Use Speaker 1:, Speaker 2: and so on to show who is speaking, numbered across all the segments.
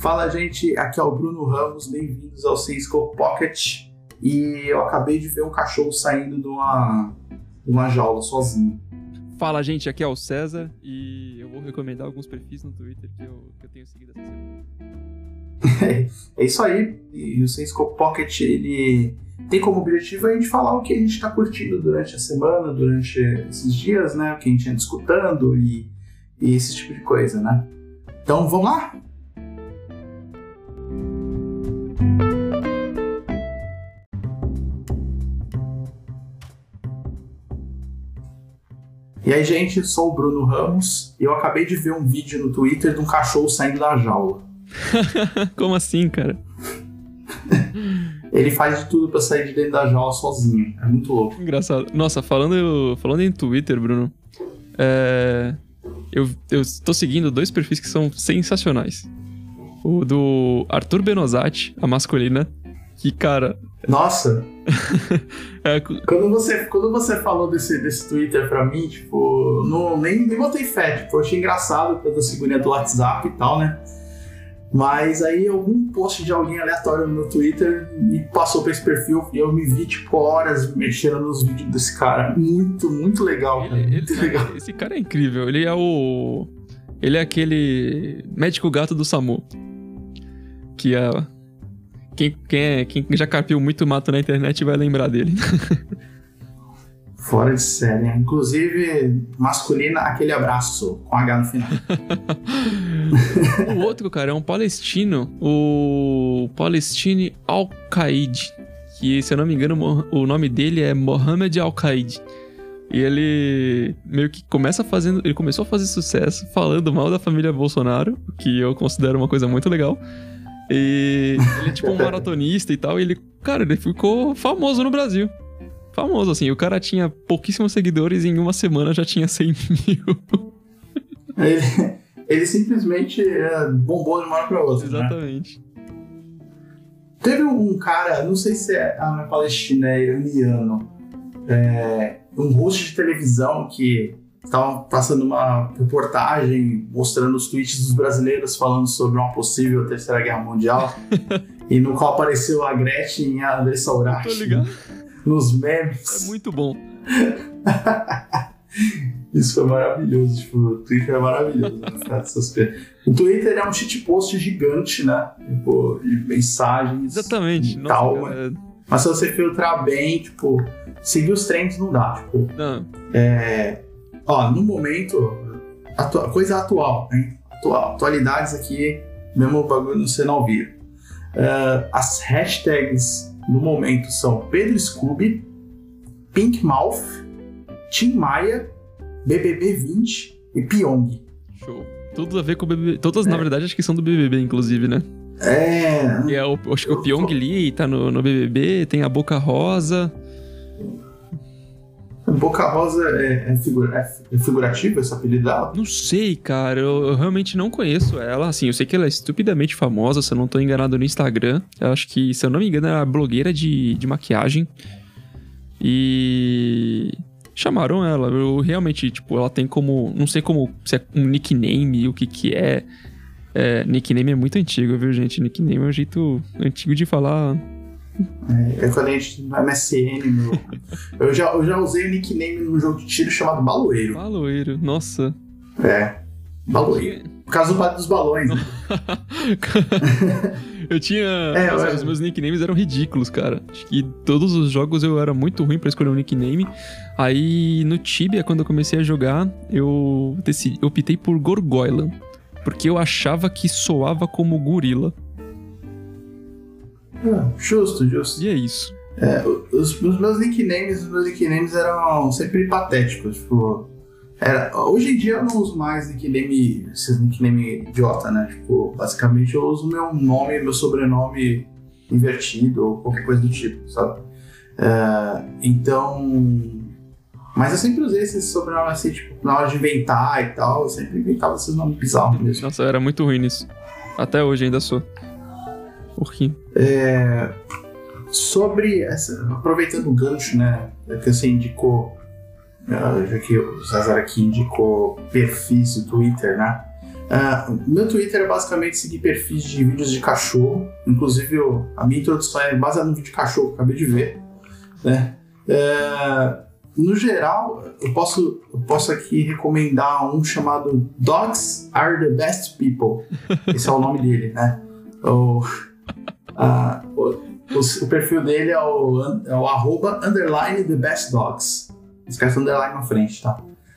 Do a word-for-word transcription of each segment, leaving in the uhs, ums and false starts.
Speaker 1: Fala, gente, aqui é o Bruno Ramos, bem-vindos ao CSGO Pocket. E eu acabei de ver um cachorro saindo de uma, de uma jaula sozinho.
Speaker 2: Fala, gente, aqui é o César e eu vou recomendar alguns perfis no Twitter que eu, que eu tenho seguido essa semana.
Speaker 1: É isso aí, e o CSGO Pocket, ele tem como objetivo a gente falar o que a gente está curtindo durante a semana, durante esses dias, né? O que a gente anda escutando e, e esse tipo de coisa, né? Então, vamos lá? E aí, gente, eu sou o Bruno Ramos e eu acabei de ver um vídeo no Twitter de um cachorro saindo da jaula.
Speaker 2: Como assim, cara?
Speaker 1: Ele faz de tudo pra sair de dentro da jaula sozinho. É muito louco.
Speaker 2: Engraçado. Nossa, falando, falando em Twitter, Bruno, é... eu, eu tô seguindo dois perfis que são sensacionais. O do Arthur Benozati, a masculina, que, cara...
Speaker 1: Nossa!
Speaker 2: é...
Speaker 1: quando, você, quando você falou desse, desse Twitter pra mim, tipo, não, nem, nem botei fé. Tipo, eu achei engraçado pela figurinha do WhatsApp e tal, né? Mas aí algum post de alguém aleatório no meu Twitter me passou pra esse perfil e eu me vi, tipo, horas mexendo nos vídeos desse cara. Muito, muito legal, cara.
Speaker 2: Ele,
Speaker 1: muito
Speaker 2: ele,
Speaker 1: legal.
Speaker 2: Esse cara é incrível. Ele é o... Ele é aquele médico gato do SAMU. Que é... Quem, quem, é, quem já carpiu muito mato na internet vai lembrar dele.
Speaker 1: Fora de série. Inclusive, masculina, aquele abraço com H no final.
Speaker 2: O outro, cara, é um palestino. O Palestine Al-Qaid. Que, se eu não me engano, o nome dele é Mohammed Al-Qaid. E ele meio que começa fazendo... Ele começou a fazer sucesso falando mal da família Bolsonaro, que eu considero uma coisa muito legal. E ele é tipo um maratonista e tal. E ele, cara, ele ficou famoso no Brasil. Famoso, assim. O cara tinha pouquíssimos seguidores e em uma semana já tinha cem mil.
Speaker 1: Ele, ele simplesmente é, bombou de uma hora pra outra.
Speaker 2: Exatamente.
Speaker 1: Né? Teve um cara, não sei se é na Palestina, é iraniano, é, um host de televisão que estava passando uma reportagem mostrando os tweets dos brasileiros falando sobre uma possível terceira guerra mundial e no qual apareceu a Gretchen e a Andressa Urach.
Speaker 2: Tô ligado.
Speaker 1: Nos memes.
Speaker 2: É muito bom.
Speaker 1: Isso foi maravilhoso. Tipo, o Twitter é maravilhoso. Né? O Twitter é um shitpost gigante, né? Tipo, de mensagens.
Speaker 2: Exatamente.
Speaker 1: E tal,
Speaker 2: Nossa, cara, é...
Speaker 1: Mas se você filtrar bem, tipo, seguir os trends não dá. Tipo,
Speaker 2: não.
Speaker 1: É, ó, no momento, atu- coisa atual, hein? Atual, atualidades aqui, mesmo bagulho você não viu. Uh, as hashtags no momento são Pedro Scooby, Pink Mouth, Tim Maia, B B B vinte e Pyong.
Speaker 2: Show. Tudo a ver com o B B B. Todas,
Speaker 1: é.
Speaker 2: na verdade, acho que são do B B B, inclusive, né?
Speaker 1: É.
Speaker 2: E é o, acho que o Pyong Lee tá no, no B B B, tem a Boca Rosa.
Speaker 1: Boca Rosa é, é, figura, é figurativo esse apelido dela?
Speaker 2: Não sei, cara. Eu, eu realmente não conheço ela. Assim, eu sei que ela é estupidamente famosa, se eu não tô enganado no Instagram. Eu acho que, se eu não me engano, ela é blogueira de, de maquiagem. E... chamaram ela. Eu realmente, tipo, ela tem como... Não sei como... Se é um nickname, o que que é. é. Nickname é muito antigo, viu, gente? Nickname é um jeito antigo de falar...
Speaker 1: É, é quando a gente no M S N, no... eu, já, eu já usei o nickname num jogo de tiro chamado Baloeiro.
Speaker 2: Baloeiro, nossa.
Speaker 1: É, Baloeiro. Por causa do padre dos balões. Né?
Speaker 2: Eu tinha...
Speaker 1: É,
Speaker 2: nossa,
Speaker 1: eu...
Speaker 2: Os meus nicknames eram ridículos, cara. Acho que todos os jogos eu era muito ruim pra escolher um nickname. Aí no Tibia, quando eu comecei a jogar, eu, decidi, eu optei por Gorgoylan. Porque eu achava que soava como gorila.
Speaker 1: Ah, justo, justo.
Speaker 2: E é isso.
Speaker 1: É, os, os meus nicknames, os meus nicknames eram sempre patéticos. Tipo, era, hoje em dia eu não uso mais nickname, esses nickname idiota, né? Tipo, basicamente eu uso meu nome, meu sobrenome invertido ou qualquer coisa do tipo, sabe? É, então. Mas eu sempre usei esses sobrenomes assim, tipo, na hora de inventar e tal, eu sempre inventava esses nomes bizarros mesmo.
Speaker 2: Nossa, eu era muito ruim nisso. Até hoje ainda sou. Porquinho.
Speaker 1: É, sobre essa, aproveitando o gancho, né, que você indicou, já que o César aqui indicou perfis do Twitter, né, Uh, meu Twitter é basicamente seguir perfis de vídeos de cachorro. Inclusive, eu, a minha introdução é baseada no vídeo de cachorro que eu acabei de ver, né? Uh, no geral, eu posso, eu posso aqui recomendar um chamado Dogs Are The Best People. Esse é o nome dele, né? O, uh, o, o, o perfil dele é o, é o arroba underline The Best Dogs. Esquece o underline na frente, tá?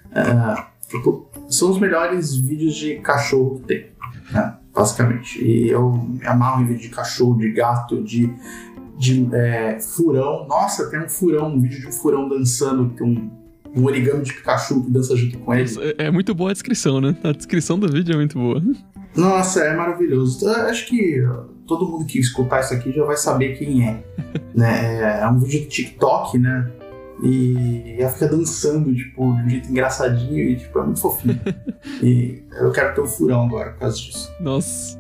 Speaker 1: Uh, são os melhores vídeos de cachorro que tem, né? Basicamente. E eu me amarro em vídeo de cachorro, de gato, de, de é, furão. Nossa, tem um furão, um vídeo de um furão dançando, tem um, um origami de Pikachu que dança junto com ele.
Speaker 2: É, é muito boa a descrição, né? A descrição do vídeo é muito boa.
Speaker 1: Nossa, é maravilhoso. Eu acho que todo mundo que escutar isso aqui já vai saber quem é. Né? É um vídeo de TikTok, né? E ela fica dançando, tipo, de um jeito engraçadinho e, tipo, é muito fofinho. E eu quero ter um furão agora por causa disso.
Speaker 2: Nossa.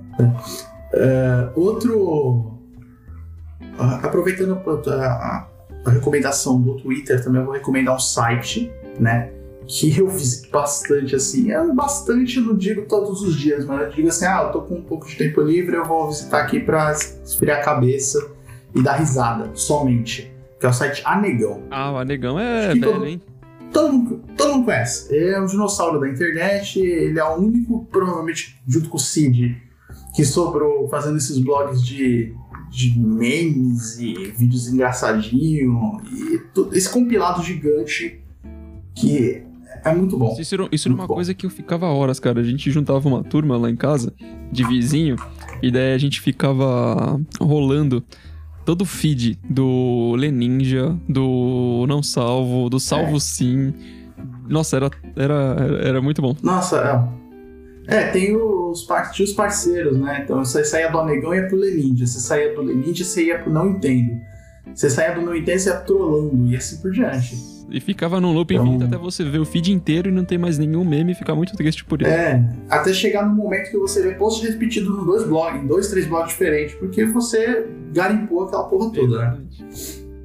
Speaker 1: É, outro... Aproveitando a, a, a recomendação do Twitter, também eu vou recomendar um site, né? Que eu visito bastante, assim. É bastante, não digo todos os dias, mas eu digo assim, ah, eu tô com um pouco de tempo livre, eu vou visitar aqui pra esfriar a cabeça e dar risada, somente. Que é o site Anegão.
Speaker 2: Ah, o Anegão é velho,
Speaker 1: todo,
Speaker 2: hein?
Speaker 1: Todo mundo, todo mundo conhece. Ele é um dinossauro da internet, ele é o único, provavelmente, junto com o Cid, que sobrou fazendo esses blogs de, de memes e vídeos engraçadinhos e tudo, esse compilado gigante que é muito bom.
Speaker 2: Isso era, isso era uma bom. coisa que eu ficava horas, cara. A gente juntava uma turma lá em casa, de vizinho, e daí a gente ficava rolando todo o feed do Leninja, do Não Salvo, do Salvo é. Sim. Nossa, era, era, era muito bom.
Speaker 1: Nossa, é. É, tem os, par- os parceiros, né? Então você saía do Anegão e ia pro Leninja. Você saía do Leninja, você ia pro Não Entendo. Você saía do Não Entendo, você ia trolando e assim por diante.
Speaker 2: E ficava num loop então, infinito até você ver o feed inteiro e não ter mais nenhum meme e ficar muito triste por isso.
Speaker 1: É, até chegar no momento que você vê post repetido nos dois blogs, em dois, três blogs diferentes, porque você garimpou aquela porra toda, Exatamente. né?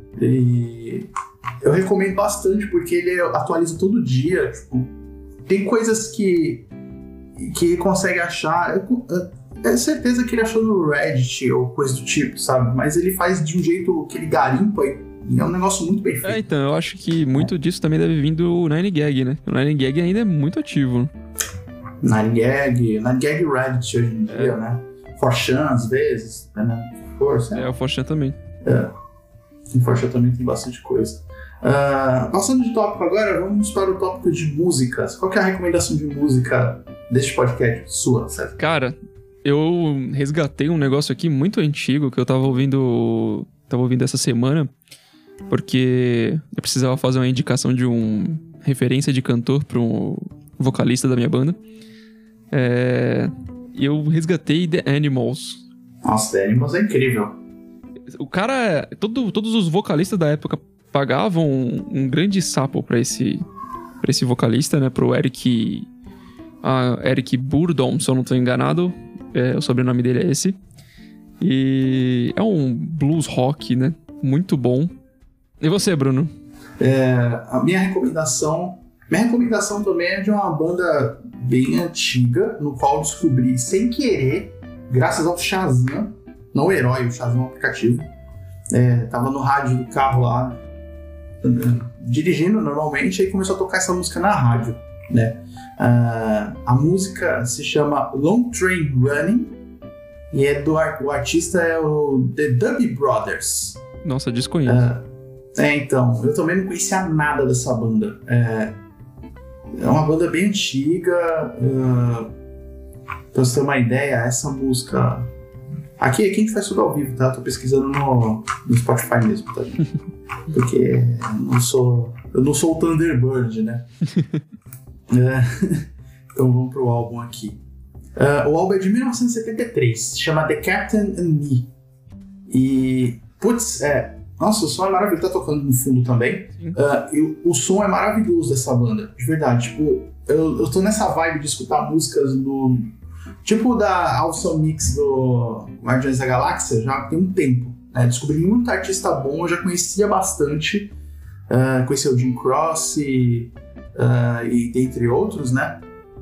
Speaker 1: E eu recomendo bastante porque ele atualiza todo dia. Tipo, tem coisas que, que ele consegue achar. É certeza que ele achou no Reddit ou coisa do tipo, sabe? Mas ele faz de um jeito que ele garimpa e é um negócio muito bem feito.
Speaker 2: É, então, eu acho que muito disso também deve vir do nine gag, né? O nine gag ainda é muito ativo.
Speaker 1: nine gag, nine gag Reddit hoje em dia, é. né? four chan às vezes, né? Força.
Speaker 2: É, o four chan também.
Speaker 1: É. O four chan também tem bastante coisa. Uh, passando de tópico agora, vamos para o tópico de músicas. Qual que é a recomendação de música deste podcast sua, certo?
Speaker 2: Cara, eu resgatei um negócio aqui muito antigo que eu tava ouvindo, tava ouvindo essa semana. Porque eu precisava fazer uma indicação de um referência de cantor para um vocalista da minha banda. É, eu resgatei The Animals.
Speaker 1: Nossa, The Animals é incrível.
Speaker 2: O cara... Todo, todos os vocalistas da época pagavam um, um grande sapo para esse, pra esse vocalista, né? Pro Eric... Uh, Eric Burdon, se eu não estou enganado. É, o sobrenome dele é esse. E é um blues rock, né? Muito bom. E você, Bruno?
Speaker 1: É, a minha recomendação... Minha recomendação também é de uma banda bem antiga, no qual eu descobri sem querer, graças ao Shazam. Não o Herói, o Shazam é um aplicativo. É, tava no rádio do carro lá, dirigindo normalmente, aí começou a tocar essa música na rádio, né? Uh, a música se chama Long Train Running e é do, o artista é o The Doobie Brothers.
Speaker 2: Nossa, desconheço.
Speaker 1: Uh, É, então, eu também não conhecia nada dessa banda. É, é uma banda bem antiga. Uh, pra você ter uma ideia, essa música... Aqui, aqui a gente faz tudo ao vivo, tá? Tô pesquisando no, no Spotify mesmo, tá? Porque eu não sou, eu não sou o Thunderbird, né? É, então vamos pro álbum aqui. Uh, o álbum é de mil novecentos e setenta e três, se chama The Captain and Me. E, putz, é... Nossa, o som é maravilhoso, tá tocando no fundo também. Uh, e o, o som é maravilhoso dessa banda, de verdade. Tipo, eu, eu tô nessa vibe de escutar músicas do... Tipo da Awesome Mix do Guardiões da Galáxia, já tem um tempo. Né? Descobri muito artista bom, eu já conhecia bastante. Uh, conheci o Jim Croce e, uh, e dentre outros, né?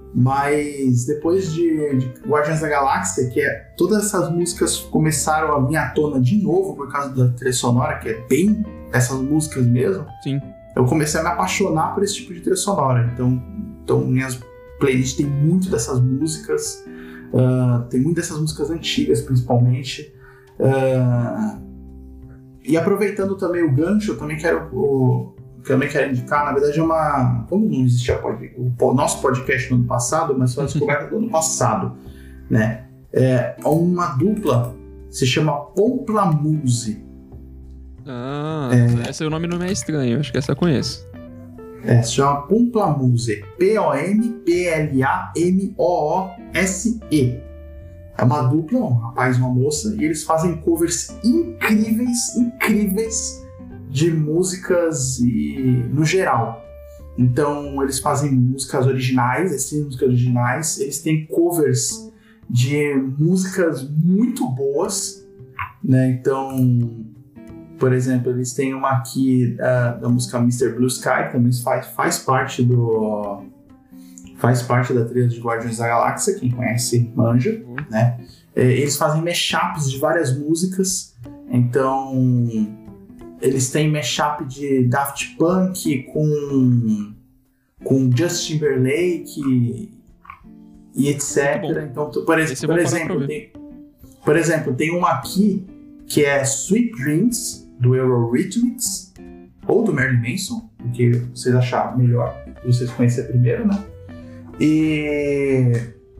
Speaker 1: Mas depois de, de Guardiões da Galáxia, que é, todas essas músicas começaram a vir à tona de novo por causa da trilha sonora, que é bem essas músicas mesmo.
Speaker 2: Sim.
Speaker 1: Eu comecei a me apaixonar por esse tipo de trilha sonora. Então, então minhas playlists tem muito dessas músicas. Uh, tem muito dessas músicas antigas, principalmente. Uh, e aproveitando também o gancho, eu também quero, o, também quero indicar, na verdade é uma... Como não existia pod, o nosso podcast no ano passado, mas foi uma descoberta do ano passado, né? É uma dupla, se chama Pomplamoose.
Speaker 2: Ah,
Speaker 1: é,
Speaker 2: esse o nome não é estranho, acho que essa eu conheço.
Speaker 1: É, se chama Pomplamoose. P O M P L A M O O S E. É uma dupla, um rapaz e uma moça, e eles fazem covers incríveis, incríveis de músicas e, no geral. Então, eles fazem músicas originais, eles têm músicas originais, eles têm covers de músicas muito boas, né? Então, por exemplo, eles têm uma aqui uh, da música mister Blue Sky, que também faz, faz parte do faz parte da trilha de Guardiões da Galáxia, quem conhece manja, uhum. né? Eles fazem mashups de várias músicas, então eles têm mashup de Daft Punk com com Justin Timberlake e, e etcétera. Então, por, ex- por exemplo, tem, por exemplo, tem uma aqui que é Sweet Dreams do Eurythmics ou do Marilyn Manson, o que vocês acharam melhor, vocês conhecerem primeiro, né? E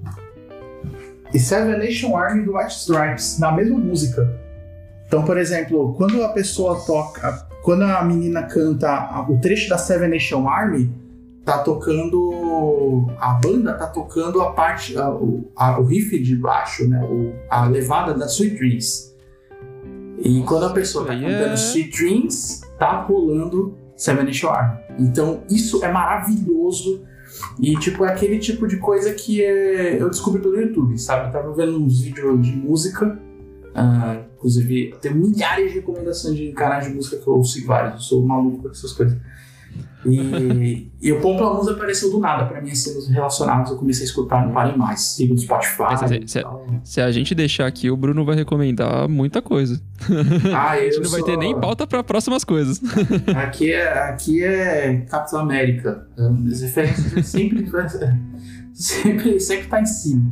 Speaker 1: e Seven Nation Army do White Stripes na mesma música. Então, por exemplo, quando a pessoa toca, quando a menina canta o trecho da Seven Nation Army, tá tocando, a banda tá tocando a parte, a, a, o riff de baixo, né? O, a levada da Sweet Dreams. E quando a pessoa tá cantando yeah. Sweet Dreams, tá rolando Seven Nation Army. Então, isso é maravilhoso. E, tipo, é aquele tipo de coisa que é, eu descobri pelo YouTube, sabe? Eu tava vendo uns vídeos de música. Uh, inclusive, tem milhares de recomendações de canais de música que eu sigo vários. Eu sou maluco com essas coisas. E, e o Pomplamoose apareceu do nada pra mim, assim, nos relacionados. Eu comecei a escutar, não parei mais. Sigo no Spotify.
Speaker 2: Se, se, se a gente deixar aqui, o Bruno vai recomendar muita coisa.
Speaker 1: Ah,
Speaker 2: a gente não
Speaker 1: sou...
Speaker 2: vai ter nem pauta pra próximas coisas.
Speaker 1: Aqui é, aqui é Capitão América. As referências sempre, sempre, sempre tá em cima.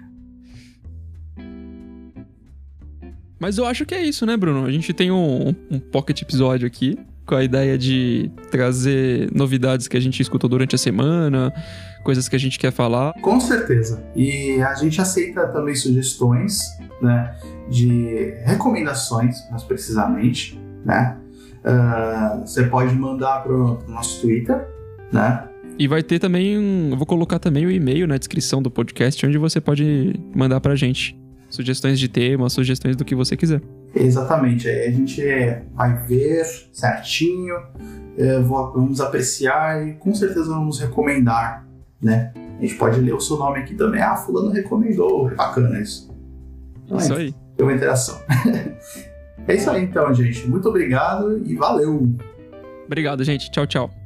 Speaker 2: Mas eu acho que é isso, né, Bruno? A gente tem um, um pocket episódio aqui, com a ideia de trazer novidades que a gente escutou durante a semana, coisas que a gente quer falar. Com certeza. E a gente aceita também sugestões, né, de recomendações, mais precisamente, né? Uh, você pode mandar pro, pro nosso Twitter, né? E vai ter também, um, eu vou colocar também o e-mail na descrição do podcast, onde você pode mandar pra gente sugestões de temas, sugestões do que você quiser. Exatamente, aí a gente vai ver certinho, vamos apreciar e com certeza vamos recomendar, né? A gente pode ler o seu nome aqui também, ah, fulano recomendou, bacana isso. Então, isso é, aí. Tem uma interação. É isso aí então, gente. Muito obrigado e valeu! Obrigado, gente. Tchau, tchau.